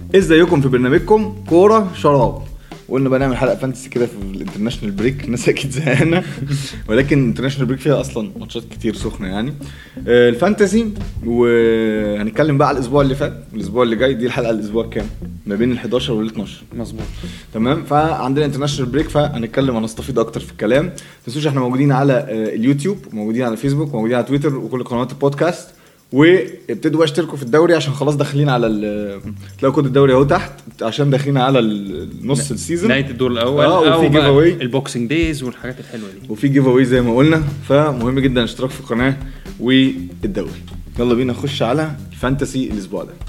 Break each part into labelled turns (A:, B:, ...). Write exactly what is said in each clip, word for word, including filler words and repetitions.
A: ازيكم في برنامجكم كوره شراب. قلنا بقى نعمل حلقه فانتسي كده في الانترناشونال بريك، الناس اكيد زهقانه ولكن الانترناشونال بريك فيها اصلا ماتشات كتير سخنه يعني آه الفانتسي. وهنتكلم بقى على الاسبوع اللي فات والاسبوع اللي جاي. دي الحلقه الاسبوع كام ما بين الحداشر والاتناشر
B: مظبوط
A: تمام. فعندنا انترناشونال بريك فهنتكلم هنستفيد اكتر في الكلام. ما تنسوش احنا موجودين على آه اليوتيوب، موجودين على فيسبوك، موجودين على تويتر وكل قنوات البودكاست. وابتدوا اشتركوا في الدوري عشان خلاص داخلين على تلاقوا كود الدوري اهو تحت عشان داخلين على النص السيزون
B: نهايه الدور الاول
A: اه وفي جيف اواي
B: البوكسنج دايز والحاجات الحلوه دي
A: وفي جيف اواي زي ما قلنا. فمهم جدا الاشتراك في القناه والدوري. يلا بينا نخش على الفانتسي الاسبوع ده.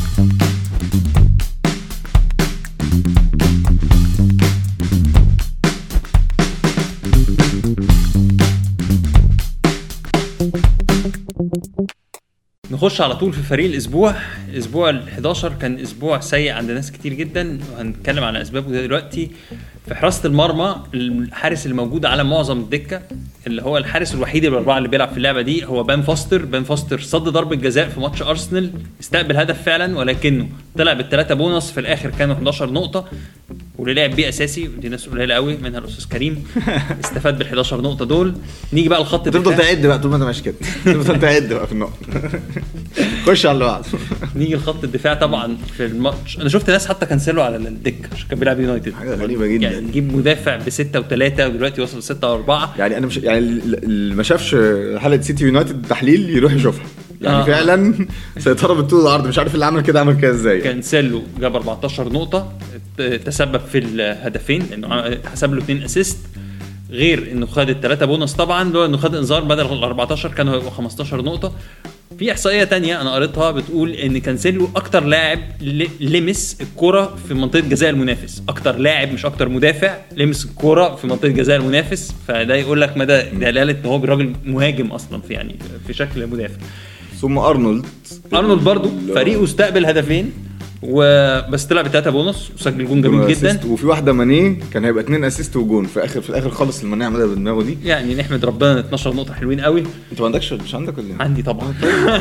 B: نخش على طول في فريق الاسبوع. اسبوع الحداشر كان اسبوع سيء عند ناس كتير جدا وهنتكلم عن اسبابه دلوقتي. في حراسه المرمى الحارس اللي موجود على معظم الدكه اللي هو الحارس الوحيد الاربعه اللي بيلعب في اللعبه دي هو بان فاستر. بان فاستر صد ضربه جزاء في ماتش ارسنال، استقبل هدف فعلا ولكنه طلع بالثلاثه بونص في الاخر كانوا حداشر نقطه واللي لعب بيه اساسي. دي ناس قليله قوي منها الاستاذ كريم استفاد بال حداشر نقطه دول. نيجي بقى الخط
A: تفضل تعد بقى طول ما انت ماشي كده تفضل تعد بقى في النقط. خش على اللي بعده.
B: نيجي الخط الدفاع. طبعا في الماتش انا شفت ناس حتى كنسلوا على الدكه عشان كان بيلعب يونايتد،
A: حاجه غريبه جدا.
B: يعني نجيب مدافع بستة وثلاثة ودلوقتي وصل ستة وأربعة.
A: يعني انا مش يعني اللي ما شافش حلقه سيتي يونايتد تحليل يروح يشوفها. يعني آه. فعلا سيطره بالطول العرض. مش عارف اللي عمل كده عمل كده ازاي.
B: كانسلو جاب أربعتاشر نقطه، تسبب في الهدفين لانه حسب له اثنين اسيست، غير انه خد الثلاثه بونص. طبعا لو انه خد انذار بدل ال أربعتاشر كانوا هيبقوا خمستاشر نقطه. في احصائيه تانية انا قريتها بتقول ان كانسيلو اكتر لاعب لمس الكره في منطقه جزاء المنافس، اكتر لاعب مش اكتر مدافع لمس الكره في منطقه جزاء المنافس. فده يقول لك مدى دلاله ان هو راجل مهاجم اصلا في يعني في شكل مدافع.
A: ثم ارنولد
B: ارنولد برضو فريقه استقبل هدفين وبس طلع بثلاثه بونص وسجل جون جميل جدا.
A: وفي واحده ماني كان هيبقى اتنين اسيست وجون في اخر في الاخر خالص. الماني عملها بدماغه دي،
B: يعني نحمد ربنا. اتناشر نقطه حلوين قوي.
A: انت ما عندكش مش عندك ولا
B: عندي طبعا.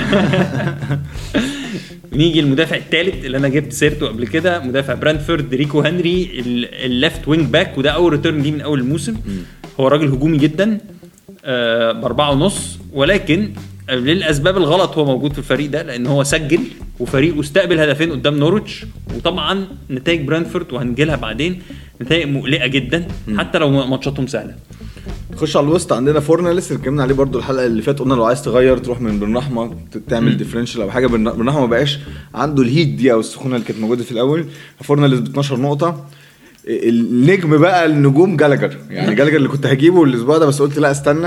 B: نيجي المدافع الثالث اللي انا جبت سيرته قبل كده، مدافع برانتفورد ريكو هنري الليفت وينج باك، وده اول ريتيرن ليه من اول الموسم. هو راجل هجومي جدا آه باربعة ونص، ولكن للاسباب الغلط هو موجود في الفريق ده لان هو سجل وفريقه استقبل هدفين قدام نورويتش. وطبعا نتائج برانتفورد وهنجيلها بعدين نتائج مقلقه جدا حتى لو ماتشاتهم سهله.
A: خش على الوسط. عندنا فورناليس اللي اتكلمنا عليه برضو الحلقه اللي فاتت. قلنا لو عايز تغير تروح من بن رحمه تعمل ديفرنشال او حاجه. بن رحمه ما بقاش عنده الهيت دي او السخونه اللي كانت موجوده في الاول. فورناليس ب اتناشر نقطه. النجم بقى النجوم جالاجر، يعني جالاجر اللي كنت هجيبه الاسبوع ده بس قلت لا استنى.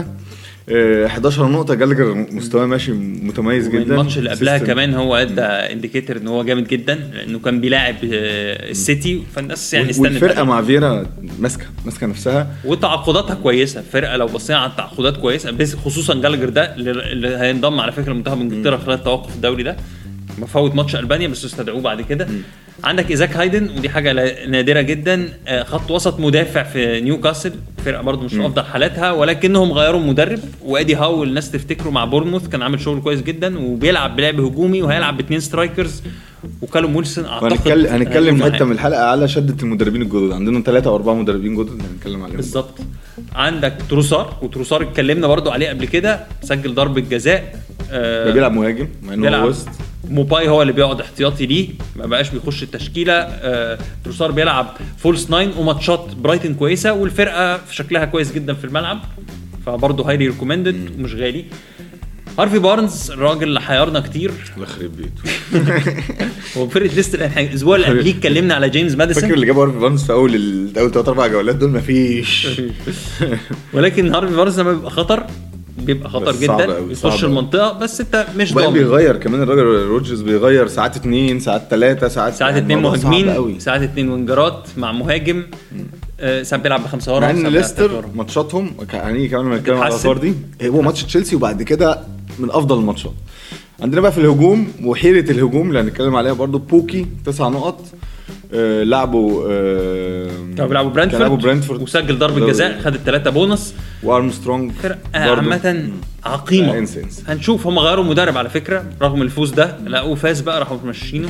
A: حداشر نقطه. جالاجر مستواه ماشي متميز جدا.
B: الماتش اللي قبلها كمان هو ادى انديكيتور ان هو جامد جدا لانه كان بيلاعب السيتي. فالناس يعني استنى.
A: والفرقه مع فيرا ماسكه ماسكه نفسها
B: وتعاقداتها كويسه. فرقه لو بصينا على التعاقدات كويسه بس خصوصا جالاجر ده اللي هينضم على فكره منتخب انجلترا خلال توقف الدوري ده. مفوت ماتش ألبانيا بس استدعوه بعد كده. م. عندك إيزاك هايدن ودي حاجة نادرة جدا. خط وسط مدافع في نيوكاسل، فرقة برضو مش م. أفضل حالاتها ولكنهم غيروا مدرب. وادي هاو الناس تفتكروا مع بورنموث كان عامل شغل كويس جدا وبيلعب بلعب هجومي وهيلعب باثنين سترايكرز. وكالوم ويلسون اعتقد
A: هنتكلم حتى من الحلقه على شده المدربين الجدد. عندنا ثلاثة او أربعة مدربين جدد هنتكلم عليهم
B: بالظبط. عندك تروسار، وتروسار اتكلمنا برضو عليه قبل كده، سجل ضربه جزاء.
A: آه بيلعب مهاجم مع انه هو وسط.
B: موباي هو اللي بيقعد احتياطي ليه، ما بقاش بيخش التشكيله. آه تروسار بيلعب فولس ناين وماتشات برايتن كويسه والفرقه في شكلها كويس جدا في الملعب. فبرضو هايلي ريكومندد ومش غالي. هارفي بارنز الراجل اللي حيرنا كتير
A: يخرب بيته.
B: هو فرقه ليستر الاسبوع اللي قبليه اتكلمنا على جيمس ماديسون.
A: فاكر اللي جاب هارفي بارنز في اول اول ثلاث اربع جولات دول مفيش.
B: ولكن هارفي بارنز لما بيبقى خطر بيبقى خطر جدا يخش المنطقه بس انت مش
A: ضامن. بيغير كمان الراجل روجرز بيغير ساعات اتنين ساعات ثلاثة ساعات
B: ساعات اتنين مهاجمين ساعات اتنين وينجرات مع مهاجم. آه ساعات بيلعب بخمسه ورا.
A: مع ان ليستر ماتشاتهم يعني كمان لما نتكلم على الافكار دي هو ماتش تشيلسي وبعد كده من افضل الماتشات. عندنا بقى في الهجوم وحيره الهجوم اللي هنتكلم عليها برضو بوكي تسع نقط. آه لعبوا آه
B: كانوا بيلعبوا برنتفورد, برنتفورد وسجل ضربه جزاء خد الثلاثه بونص.
A: وارمسترونج
B: عامه عقيمه. هنشوف هم غيروا مدرب على فكره رغم الفوز ده لقوه فاز بقى راحوا ماشيينه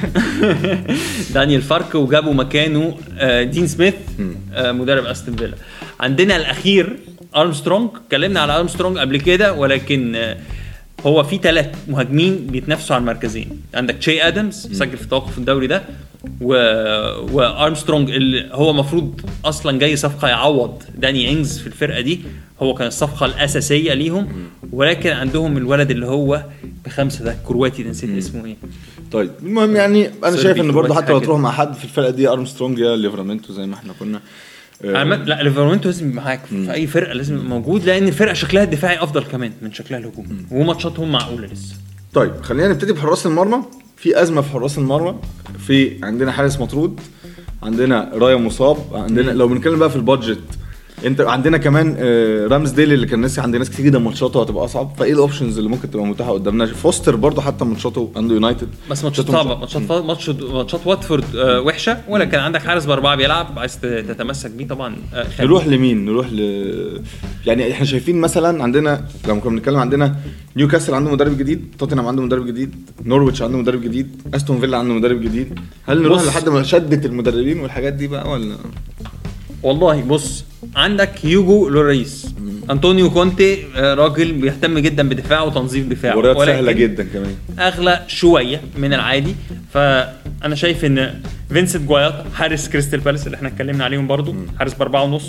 B: دانيال فارك وجابوا مكانه آه دين سميث آه مدرب استون فيلا. عندنا الاخير ارمسترونج. اتكلمنا على ارمسترونج قبل كده ولكن آه هو في ثلاث مهاجمين بيتنافسوا على المركزين. عندك تشي ادمز سجل في توقف الدوري ده و... وارمسترونج اللي هو مفروض اصلا جاي صفقه يعوض داني انجز في الفرقه دي. هو كان الصفقه الاساسيه ليهم ولكن عندهم الولد اللي هو بخمسه ده الكرواتي ده نسيت اسمه ايه.
A: طيب المهم يعني انا شايف ان برضه حتى لو تروح مع حد في الفرقه دي ارمسترونج يا ليفرامنتو زي ما احنا كنا
B: آه لا ليفرامنتو لازم معاك في اي فرقه لازم موجود لان الفرقه شكلها الدفاعي افضل كمان من شكلها الهجومي وماتشاتهم معقوله لسه.
A: طيب خلينا نبتدي بحراس المرمى. في ازمه في حراس المرمى. في عندنا حارس مطرود, عندنا رايا مصاب, عندنا لو بنتكلم بقى في البادجت انت عندنا كمان رامز ديل اللي كان ناسي عند ناس كتير جدا ماتشاته هتبقى اصعب. فايه الاوبشنز اللي ممكن تبقى متاحه قدامنا؟ فوستر برضو حتى ماتشاته عنده يونايتد
B: بس ماتشات صعبه ماتشات ماتش ماتشات واتفورد آه وحشه ولكن عندك حارس باربعه بيلعب عايز تتمسك بيه طبعا. آه
A: نروح لمين؟ نروح ل يعني احنا شايفين مثلا عندنا لما كنا بنتكلم عندنا نيوكاسل عنده مدرب جديد, توتنهام عنده مدرب جديد, نورويتش عنده مدرب جديد, استون فيلا عنده مدرب جديد. هل نروح لحد ما شدت المدربين والحاجات دي بقى ولا؟
B: والله بص عندك هيوجو لوريس, أنطونيو كونتي راجل بيهتم جدا بدفاعه وتنظيم دفاعه
A: ولكن سهله جدا كمان
B: اغلى شويه من العادي. فانا شايف ان فينسنت جواياتا حارس كريستال بالاس اللي احنا اتكلمنا عليهم برضو حارس باربعة ونص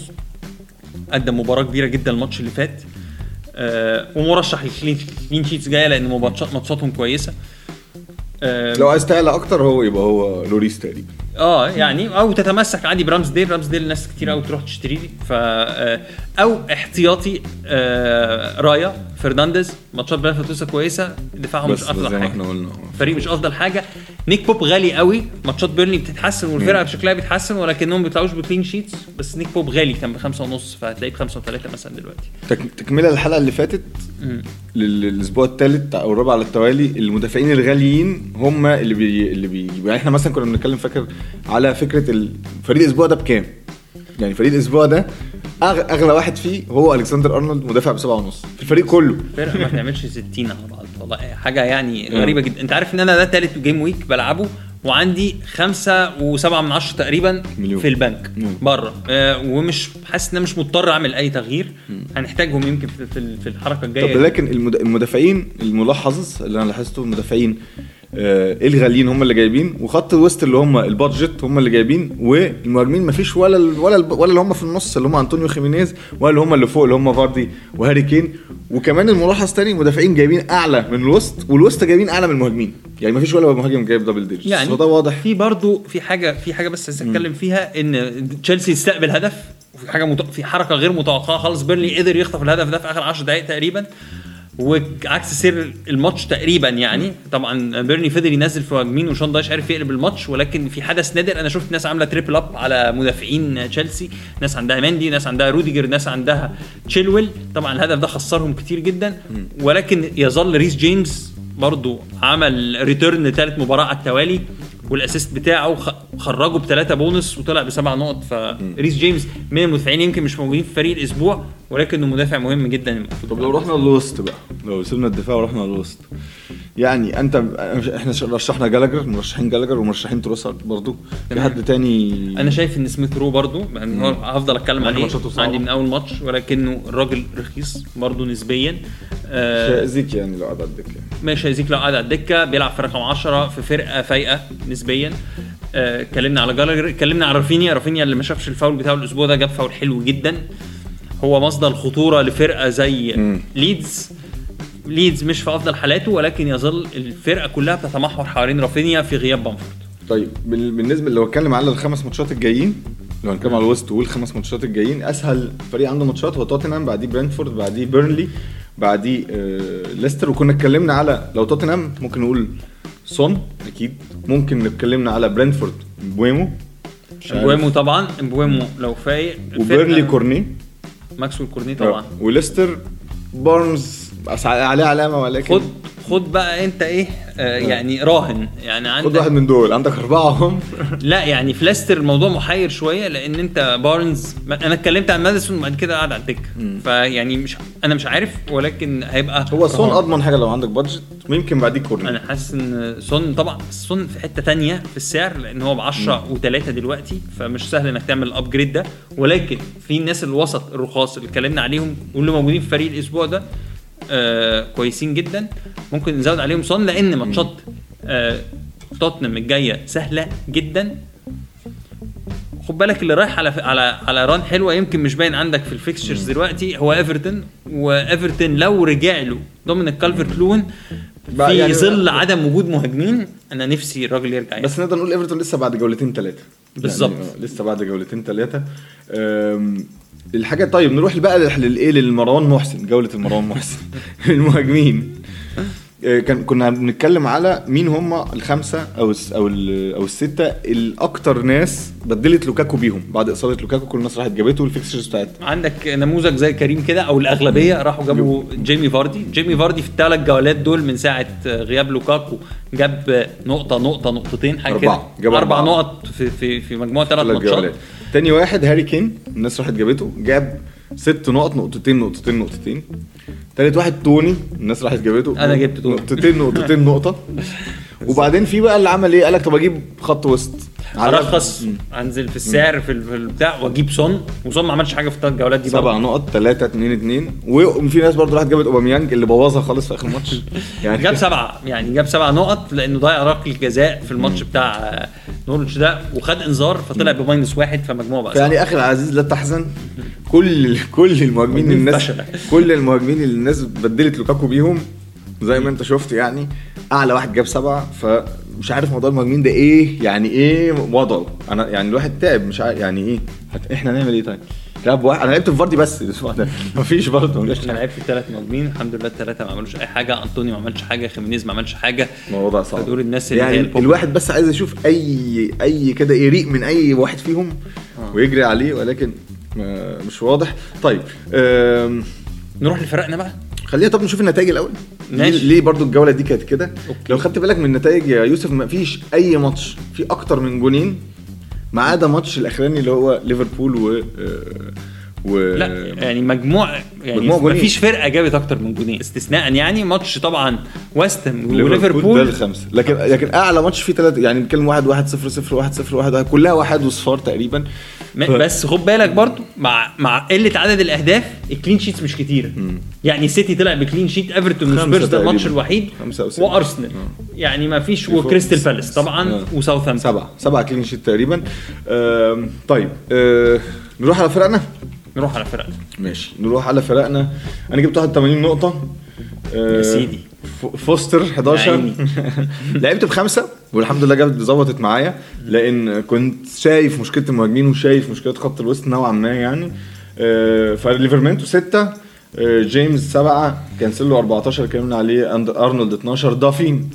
B: قدم مباراه كبيره جدا الماتش اللي فات أه ومرشح للكلين شيتس جايه لان ماتشاتهم كويسه.
A: أه لو عايز تعلى اكتر هو يبقى هو لوريس تقريبا
B: اه يعني او تتمسك عادي برامز ديل. رامز ديل ناس كتير قوي تروح تشتري ف او احتياطي آه رايا فرنانديز. ماتشات بنفيتوسا كويسه دفاعهم مش افضل حاجه فريق مش افضل حاجه. نيك بوب غالي قوي. ماتشات بيرني بتتحسن والفرقه بشكلها بيتحسن ولكنهم بيطلعوش بكلين شيتس. بس نيك بوب غالي كان بخمسة ونص فهتلاقيه بخمسة وثلاثة مثلا دلوقتي.
A: تكمله الحلقه اللي فاتت للاسبوع الثالث او الرابع على التوالي المدافعين الغاليين هم اللي بي اللي بي يعني احنا مثلا كنا بنتكلم فاكر على فكره الفريق الاسبوع ده بكام. يعني فريق الاسبوع ده اغلى واحد فيه هو الكسندر ارنولد مدافع بسبعة ونص في الفريق كله.
B: فرقه ما تعملش ستين على بعض والله حاجه يعني غريبه جدا. انت عارف ان انا ده ثالث جيم ويك بلعبه وعندي خمسة وسبعة من عشرة تقريبا مليون. في البنك بره آه ومش حاسس ان مش مضطر اعمل اي تغيير. هنحتاجهم يمكن في في الحركه الجايه.
A: طب لكن المدافعين الملاحظ اللي انا لاحظته المدافعين آه الغاليين هم اللي جايبين وخط الوسط اللي هم البادجت هم اللي جايبين والمهاجمين مفيش ولا ولا ولا اللي هم في النص اللي هم انطونيو خيمينيز ولا اللي هم اللي فوق اللي هم فاردي وهاري كين. وكمان الملاحظ تاني المدافعين جايبين اعلى من الوسط والوسط جايبين اعلى من المهاجمين. يعني مفيش ولا مهاجم جايب دبل ديجيتس.
B: يعني
A: فده واضح.
B: في برضو في حاجه في حاجه بس عايز اتكلم فيها ان تشيلسي استقبل هدف وفي حاجه مت... في حركه غير متوقعه خالص. بيرلي قدر يخطف الهدف ده في اخر عشر دقائق تقريبا وعكس سير الماتش تقريبا. يعني طبعا بيرني فضل ينزل في مهاجمين وشون دايش عارف يقلب الماتش ولكن في حدث نادر. انا شفت ناس عامله تريبل اب على مدافعين تشيلسي. ناس عندها ماندي, ناس عندها روديجر, ناس عندها تشيلويل. طبعا الهدف ده خسرهم كتير جدا ولكن يظل ريس جيمس برضو عمل ريتيرن ثالث مباراه على التوالي والاسيست بتاعه خرجه بثلاثه بونص وطلع بسبع نقط. فريس جيمس من المدافعين يمكن مش موجودين في فريق الاسبوع ولكنه مدافع مهم جدا.
A: طب لو رحنا للوسط بقى لو سيبنا الدفاع ورحنا للوسط يعني انت احنا رشحنا جالاجر مرشحين جالاجر ومرشحين تروسارد برضو. في حد تاني
B: انا شايف ان سميث رو برضو يعني هو هفضل اتكلم عليه عندي من اول ماتش ولكنه الراجل رخيص برضو نسبيا.
A: آه شازيك يعني لو قعد على الدكه
B: ماشي شازيك لو قعد على الدكه بيلعب في رقم عشرة في فرقه فايقه نسبيا. اتكلمنا آه على جالاجر اتكلمنا على رافينيا. رافينيا اللي ما شافش الفاول بتاعه الاسبوع ده جاب فاول حلو جدا. هو مصدر خطوره لفرقه زي م. ليدز. ليدز مش في افضل حالاته ولكن يظل الفرقه كلها بتتمحور حوالين رافينيا في غياب بامفورد.
A: طيب بالنسبه لو اتكلم على الخمس ماتشات الجايين لو هنتكلم على الوسط والخمس ماتشات الجايين اسهل فريق عنده ماتشات هو توتنهام بعديه برنتفورد بعديه بيرنلي بعديه آه ليستر. وكنا اتكلمنا على لو توتنهام ممكن نقول سون اكيد. ممكن نتكلمنا على برنتفورد بويمو
B: بويمو طبعا بويمو لو فايق.
A: وبيرنلي كورني
B: ماكسويل كورني طبعا.
A: وليستر بارنز بس عليه علامه ولكن
B: خد خد بقى انت ايه آه يعني راهن يعني عندك
A: خد واحد من دول عندك اربعه هم.
B: لا يعني في ليستر الموضوع محير شويه لان انت بارنز انا اتكلمت عن ماديسون وبعد كده قاعد على الدكه فيعني مش انا مش عارف ولكن هيبقى
A: هو سون اضمن حاجه لو عندك بادجت ويمكن بعديك كورنر.
B: انا حاسس ان سون طبعا سون في حته تانية في السعر لان هو ب عشرة وثلاثة دلوقتي فمش سهل انك تعمل الابجريد ده ولكن في الناس الوسط الرخاص اللي اتكلمنا عليهم واللي موجودين في فريق الاسبوع ده آه كويسين جدا ممكن نزود عليهم صن لان ماتشات آه توتنهام الجايه سهله جدا. خد بالك اللي رايح على على على ران حلوه يمكن مش باين عندك في الفيكسشرز دلوقتي هو ايفرتون وايفرتون لو رجع له دومينيك كالفرت لوين في يعني ظل عدم وجود مهاجمين انا نفسي الراجل يرجع يعني.
A: بس نقدر نقول ايفرتون لسه بعد جولتين ثلاثه
B: بالظبط
A: يعني لسه بعد جولتين ثلاثه الحاجه. طيب نروح بقى للايه للمروان محسن جوله المروان محسن المهاجمين. كان كنا بنتكلم على مين هم الخمسه او او او السته الاكتر ناس بدلت لوكاكو بيهم بعد اصابه لوكاكو. كل الناس راحت جابته الفيكسشرز بتاعتها.
B: عندك نموذج زي كريم كده او الاغلبيه راحوا جابوا جيمي فاردي. جيمي فاردي في الثلاث جولات دول من ساعه غياب لوكاكو جاب نقطه نقطه نقطتين حاجه كده اربع, أربع نقط في في في مجموعه ثلاث ماتشات.
A: تاني واحد هاري كين الناس راحت جابته جاب ست نقط نقطتين نقطتين نقطتين. تالت واحد توني الناس راحت جابته
B: انا جبت توني
A: نقطتين نقطتين نقطه. وبعدين في بقى اللي عمل ايه قالك طب اجيب خط وسط
B: ارخص انزل في السعر في البتاع واجيب صن وصن ما عملش حاجه في الثلاث جولات دي
A: سبع نقط ثلاثة اتنين اتنين. وفي ناس برضو راحت جابت اوباميانج اللي بوظها خالص في اخر ماتش
B: يعني جاب سبعة يعني جاب سبع نقط لانه ضيع ركله جزاء في الماتش بتاع نورتش ده وخد انذار فطلع بماينس واحد فمجموعه بقى
A: يعني اخي العزيز لا تحزن. كل كل المهاجمين الناس كل المهاجمين اللي الناس بدلت لوكاكو بيهم زي ما انت شفت يعني اعلى واحد جاب سبعة. فمش عارف موضوع المهاجمين ده ايه يعني ايه وضعه. انا يعني الواحد تعب مش عارف يعني ايه احنا نعمل ايه. طيب لعب واحد انا لعبت في فاردي بس الاسبوع ده مفيش برضه
B: انا لعبت في ثلاث مهاجمين الحمد لله الثلاثه ما عملوش اي حاجه. انطوني ما عملش حاجه خيمينيز ما عملش حاجه.
A: الموضوع صعب
B: دول الناس اللي
A: يعني الواحد بس عايز يشوف اي اي كده يريق من اي واحد فيهم آه. ويجري عليه ولكن مش واضح. طيب
B: نروح لفرقنا بقى
A: خلينا طب نشوف النتائج الاول. ليه برضو الجوله دي كانت كده. لو خدت بالك من النتائج يا يوسف ما فيش اي ماتش في اكتر من جونين ما عدا ماتش الاخراني اللي هو ليفربول و
B: و لا يعني مجموع يعني ما فيش فرقه جابت اكتر من جونين استثناء يعني ماتش طبعا ويست هام وليفربول
A: ده الخمسه. لكن لكن اعلى ماتش فيه ثلاثه يعني بنتكلم واحد واحد صفر صفر واحد صفر واحد كلها واحد وصفار تقريبا.
B: ف... بس خد بالك برضو مع مع قله عدد الاهداف الكلين شيتس مش كتيره. يعني سيتي طلع بكلين شيت ايفرتون وسبيرز ده الماتش الوحيد وارسنال يعني ما فيش وكريستال بالاس طبعا وساوثهامبتون
A: سبعه سبعه كلين شيت تقريبا. آه طيب آه نروح على فرقنا
B: نروح على فرقنا
A: ماشي نروح على فرقنا. انا جبت واحد وثمانين نقطه
B: يا سيدي.
A: فوستر احداشر لعبت بخمسة والحمد لله جابت ظبطت معايا لان كنت شايف مشكله المهاجمين وشايف مشكله خط الوسط نوعا ما يعني. فليفرمنتو ستة جيمس سبعة كانسلو أربعتاشر كلمنا عليه ارنولد اتناشر ضافين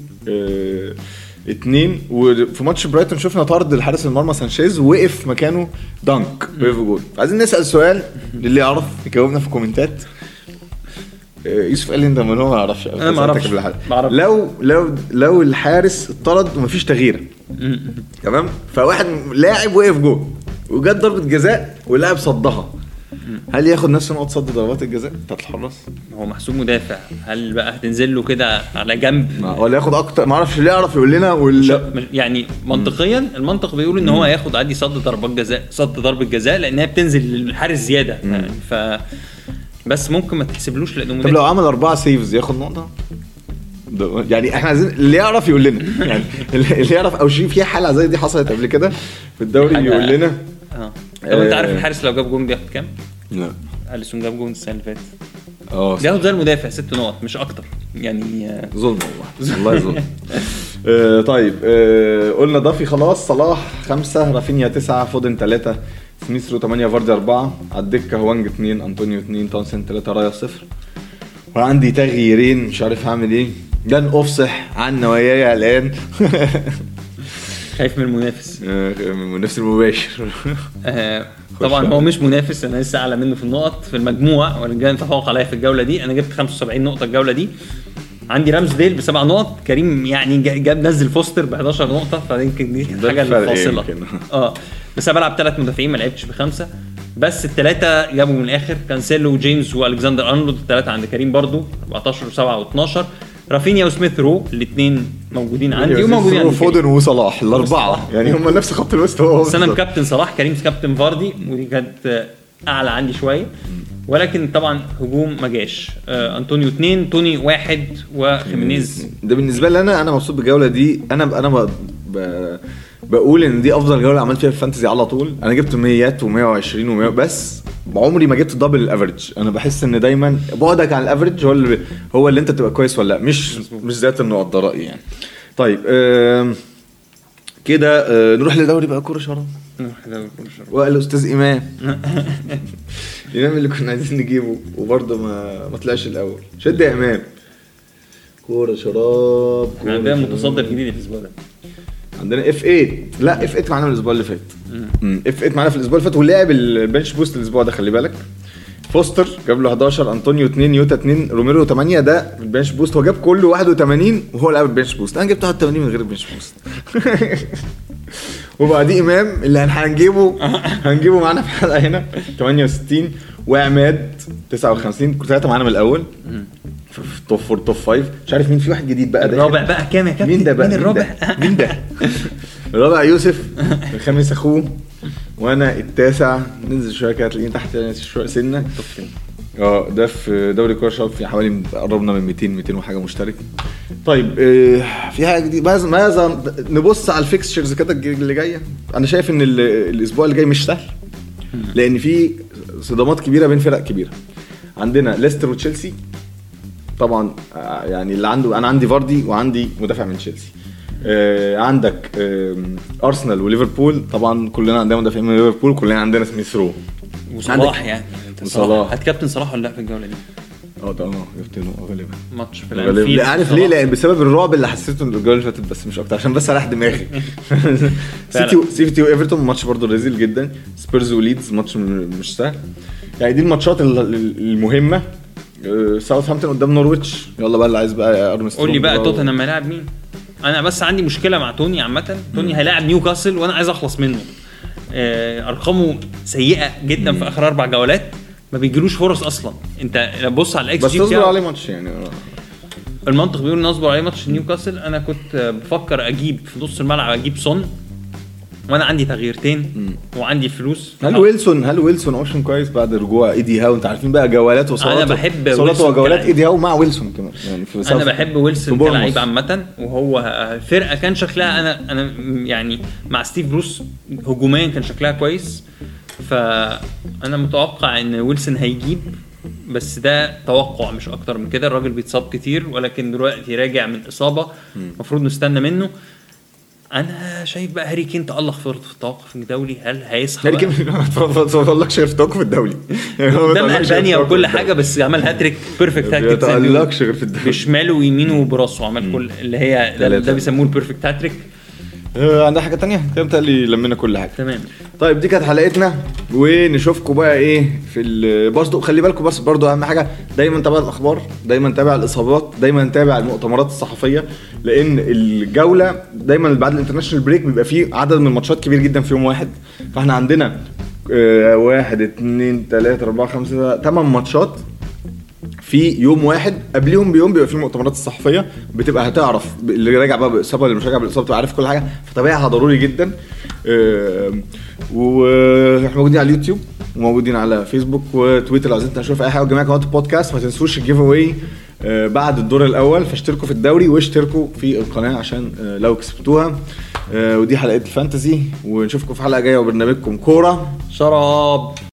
A: اتنين. وفي ماتش برايتون شفنا طرد الحارس المرمى سانشيز وقف مكانه دانك وقف جول. عايزين نسال سؤال للي يعرف يجاوبنا في الكومنتات. يوسف قال لي انت من هو ما يعرفش
B: انا ما اعرفش
A: لو لو لو الحارس اتطرد ومفيش تغيير تمام فواحد لاعب وقف جول وجت ضربه جزاء واللاعب صدها هل ياخد نفس نقط صد ضربات الجزاء بتاعت الحراس؟
B: هو محسوب مدافع هل بقى هتنزل له كده على جنب
A: ولا ياخد اكتر ما اعرفش اللي يعرف يقول لنا ولا
B: يعني منطقيا المنطق بيقول ان هو هياخد عادي صد ضربات جزاء صد ضربه جزاء لانها بتنزل للحارس زياده يعني ف بس ممكن ما تحسبلوش لانه
A: مدافع. طب لو عمل أربعة سيفز ياخد نقطه يعني احنا عايزين اللي يعرف يقول لنا يعني اللي يعرف او شيء في حاله زي دي حصلت قبل كده في الدوري يقول لنا.
B: اه طب انت عارف الحارس لو جاب جون بياخد كام؟
A: لا
B: أليسون جاب جون السنه اللي فاتت
A: اه
B: بياخد زي المدافع ست نقط مش اكتر يعني
A: ظلم والله والله ظلم. آه طيب آه قلنا ضافي خلاص صلاح خمسة رافينيا تسعة فودن ثلاثة سميثرو ثمانية فاردي أربعة على الدكه هوانج اثنين انطونيو اثنين تاونسن ثلاثة رايا صفر. وعندي تغييرين مش عارف هعمل ايه لن افصح عن نواياي الان.
B: خايف من المنافس.
A: آه، من المنافس المباشر.
B: آه طبعا هو مش منافس، انا لسه اعلى منه في النقط في المجموع، والرجال تفوق عليا في الجوله دي. انا جبت خمسة وسبعين نقطه الجوله دي. عندي رامزديل بسبع نقط، كريم يعني جاب نزل فوستر ب حداشر نقطه، فيمكن دي حاجه الفاصله. اه بس انا بلعب ثلاث مدافعين ما لعبتش بخمسه، بس الثلاثه جابوا من الاخر. كانسيلو وجيمس والكسندر ارنولد الثلاثه عند كريم برضو أربعتاشر وسبعة واتناشر. رافينيا وسميث رو الاثنين موجودين عندي وموجودين عندي
A: فودن وصلاح الاربعه، يعني هم نفس خط الوسط. هو
B: بس انا كابتن صلاح، كريم كابتن فاردي، ودي كانت اعلى عندي شويه. ولكن طبعا هجوم ما جاش. آه انطونيو اثنين، توني واحد، وخيمينيز.
A: ده بالنسبه لي انا انا مبسوط بالجوله دي. انا انا ب... ب... بقول ان دي افضل جوله عملت فيها في الفانتزي على طول. انا جبت مية ومية وعشرين ومية، بس عمري ما جبت دبل الافريج. انا بحس ان دايما بعدك عن الافريج هو اللي هو اللي انت تبقى كويس ولا لا، مش مش ذات النقط. ده رايي يعني. طيب آه... كده آه... نروح لدوري بقى كوره شراب.
B: نروح لدوري كوره شراب.
A: والاستاذ امام امام اللي كنا عايزين نجيبه وبرضه ما ما طلعش الاول. شد يا امام. كوره شراب.
B: احنا عندنا متصدر جديد الاسبوع ده.
A: عندنا اف ثمانية. لا اف ثمانية معانا الاسبوع اللي فات. اف ثمانية معانا في الاسبوع اللي فات، ولعب البنش بوست الاسبوع ده. خلي بالك فوستر جاب له حداشر، انطونيو اثنين، يوتا اثنين، روميرو ثمانية. ده البنش بوست هو جاب كله واحد وثمانين وهو لعب البنش بوست. انا جبت واحد وثمانين من غير البنش بوست. وبعديه امام اللي هنجيبه هنجيبه معانا في الحلقه هنا ثمانية وستين، وعماد تسعة وخمسين. كل ثلاثه معانا من الاول في توب فور توب فايف. مش عارف مين في واحد جديد بقى.
B: الرابع بقى كام يا كابتن؟
A: مين ده بقى؟
B: مين الرابع؟
A: مين ده؟ الرابع يوسف، الخامس اخوه، وانا التاسع. ننزل شويه كده هتلاقيني تحت شويه سنه. اه ده في دوري كوره شراب في حوالي قربنا من مئتين مئتين وحاجه مشترك. طيب اه في حاجه جديده. ماذا نبص على الفيكستشرز كده اللي جايه. انا شايف ان الاسبوع اللي جاي مش سهل، لان في صدامات كبيره بين فرق كبيره. عندنا ليستر وتشيلسي طبعا. يعني اللي عنده، انا عندي فاردي وعندي مدافع من تشيلسي. آه عندك آه ارسنال وليفربول. طبعا كلنا عندنا مدافعين من ليفربول، كلنا عندنا سميث رو
B: وصلاح. يعني
A: وصلاح.
B: هات كابتن صلاح ولا لا في الجوله دي؟
A: اه طبعا كابتنه غالبا
B: ماتش في
A: الانفيلد. عارف ليه؟ لان بسبب الرعب اللي حسيته الجوله اللي فاتت، بس مش اكتر، عشان بس اريح دماغي. سيتي سيتي وايفرتون ماتش برضو رزيل جدا. سبيرز وليدز ماتش مش سهل. يعني دي الماتشات المهمه. ساوثهامبتون قدام نورويتش. يلا بقى اللي عايز بقى ارمسترونج.
B: قول لي بقى توتنهام هيلاعب مين؟ انا بس عندي مشكله مع توني عامه. توني هيلاعب نيوكاسل وانا عايز اخلص منه. ارقامه سيئه جدا في اخر اربع جولات، ما بيجيلوش فرص اصلا. انت بص على الاكس جي
A: بس تصبر عليه ماتش يعني.
B: المنطق بيقول نصبر عليه ماتش نيوكاسل. انا كنت بفكر اجيب في نص الملعب اجيب سون، وانا عندي تغييرتين م. وعندي فلوس.
A: هل ويلسون هل ويلسون اوبشن كويس بعد رجوع ايدي هاو؟ انت عارفين بقى جولات وصولات.
B: انا بحب
A: صولات وجولات ايدي هاو مع ويلسون كمان يعني. في
B: انا بحب ويلسون كلاعب عامه، وهو فرقه كان شكلها انا انا يعني مع ستيف بروس هجوميا كان شكلها كويس. فانا متوقع ان ويلسون هيجيب، بس ده توقع مش اكتر من كده. الراجل بيتصاب كتير، ولكن دلوقتي راجع من اصابه المفروض نستنى منه. انا شايف بقى هاري كين تألق في التوقف الدولي. هل هيصحى؟
A: هاري كين ما تألقش غير في التوقف الدولي
B: قدام ألبانيا وكل حاجه، بس عمل هاتريك بيرفكت هاتريك.
A: ما تألقش غير في الدولي
B: بشماله ويمينه وبراسه. عمل كل اللي هي ده, ده بيسموه البيرفكت هاتريك.
A: آه عندها حاجه تانية كده بتقلي لمنا كل حاجه.
B: تمام.
A: طيب دي كانت حلقتنا، ونشوفكم بقى ايه في برضه. خلي بالكم بس برضه اهم حاجه دايما تابع الاخبار، دايما تابع الاصابات، دايما تابع المؤتمرات الصحفيه، لان الجوله دايما بعد الانترناشونال بريك بيبقى فيه عدد من الماتشات كبير جدا في يوم واحد. فاحنا عندنا آه واحد اتنين تلاته اربعه خمسه تمن ماتشات في يوم واحد. قبليهم بيوم بيبقى في المؤتمرات الصحفيه، بتبقى هتعرف اللي راجع بقى باصابه اللي مش راجع بالاصابه، تبقى عارف كل حاجه، فتابعها ضروري جدا. واحنا موجودين على اليوتيوب وموجودين على فيسبوك وتويتر. لو عايزين تشوفوا اي حاجه جماعه قناه البودكاست، ما تنسوش الجيف اواي بعد الدور الاول، فاشتركوا في الدوري واشتركوا في القناه عشان لو كسبتوها. ودي حلقه الفانتزي، ونشوفكم في حلقه جايه وبرنامجكم كوره
B: شراب.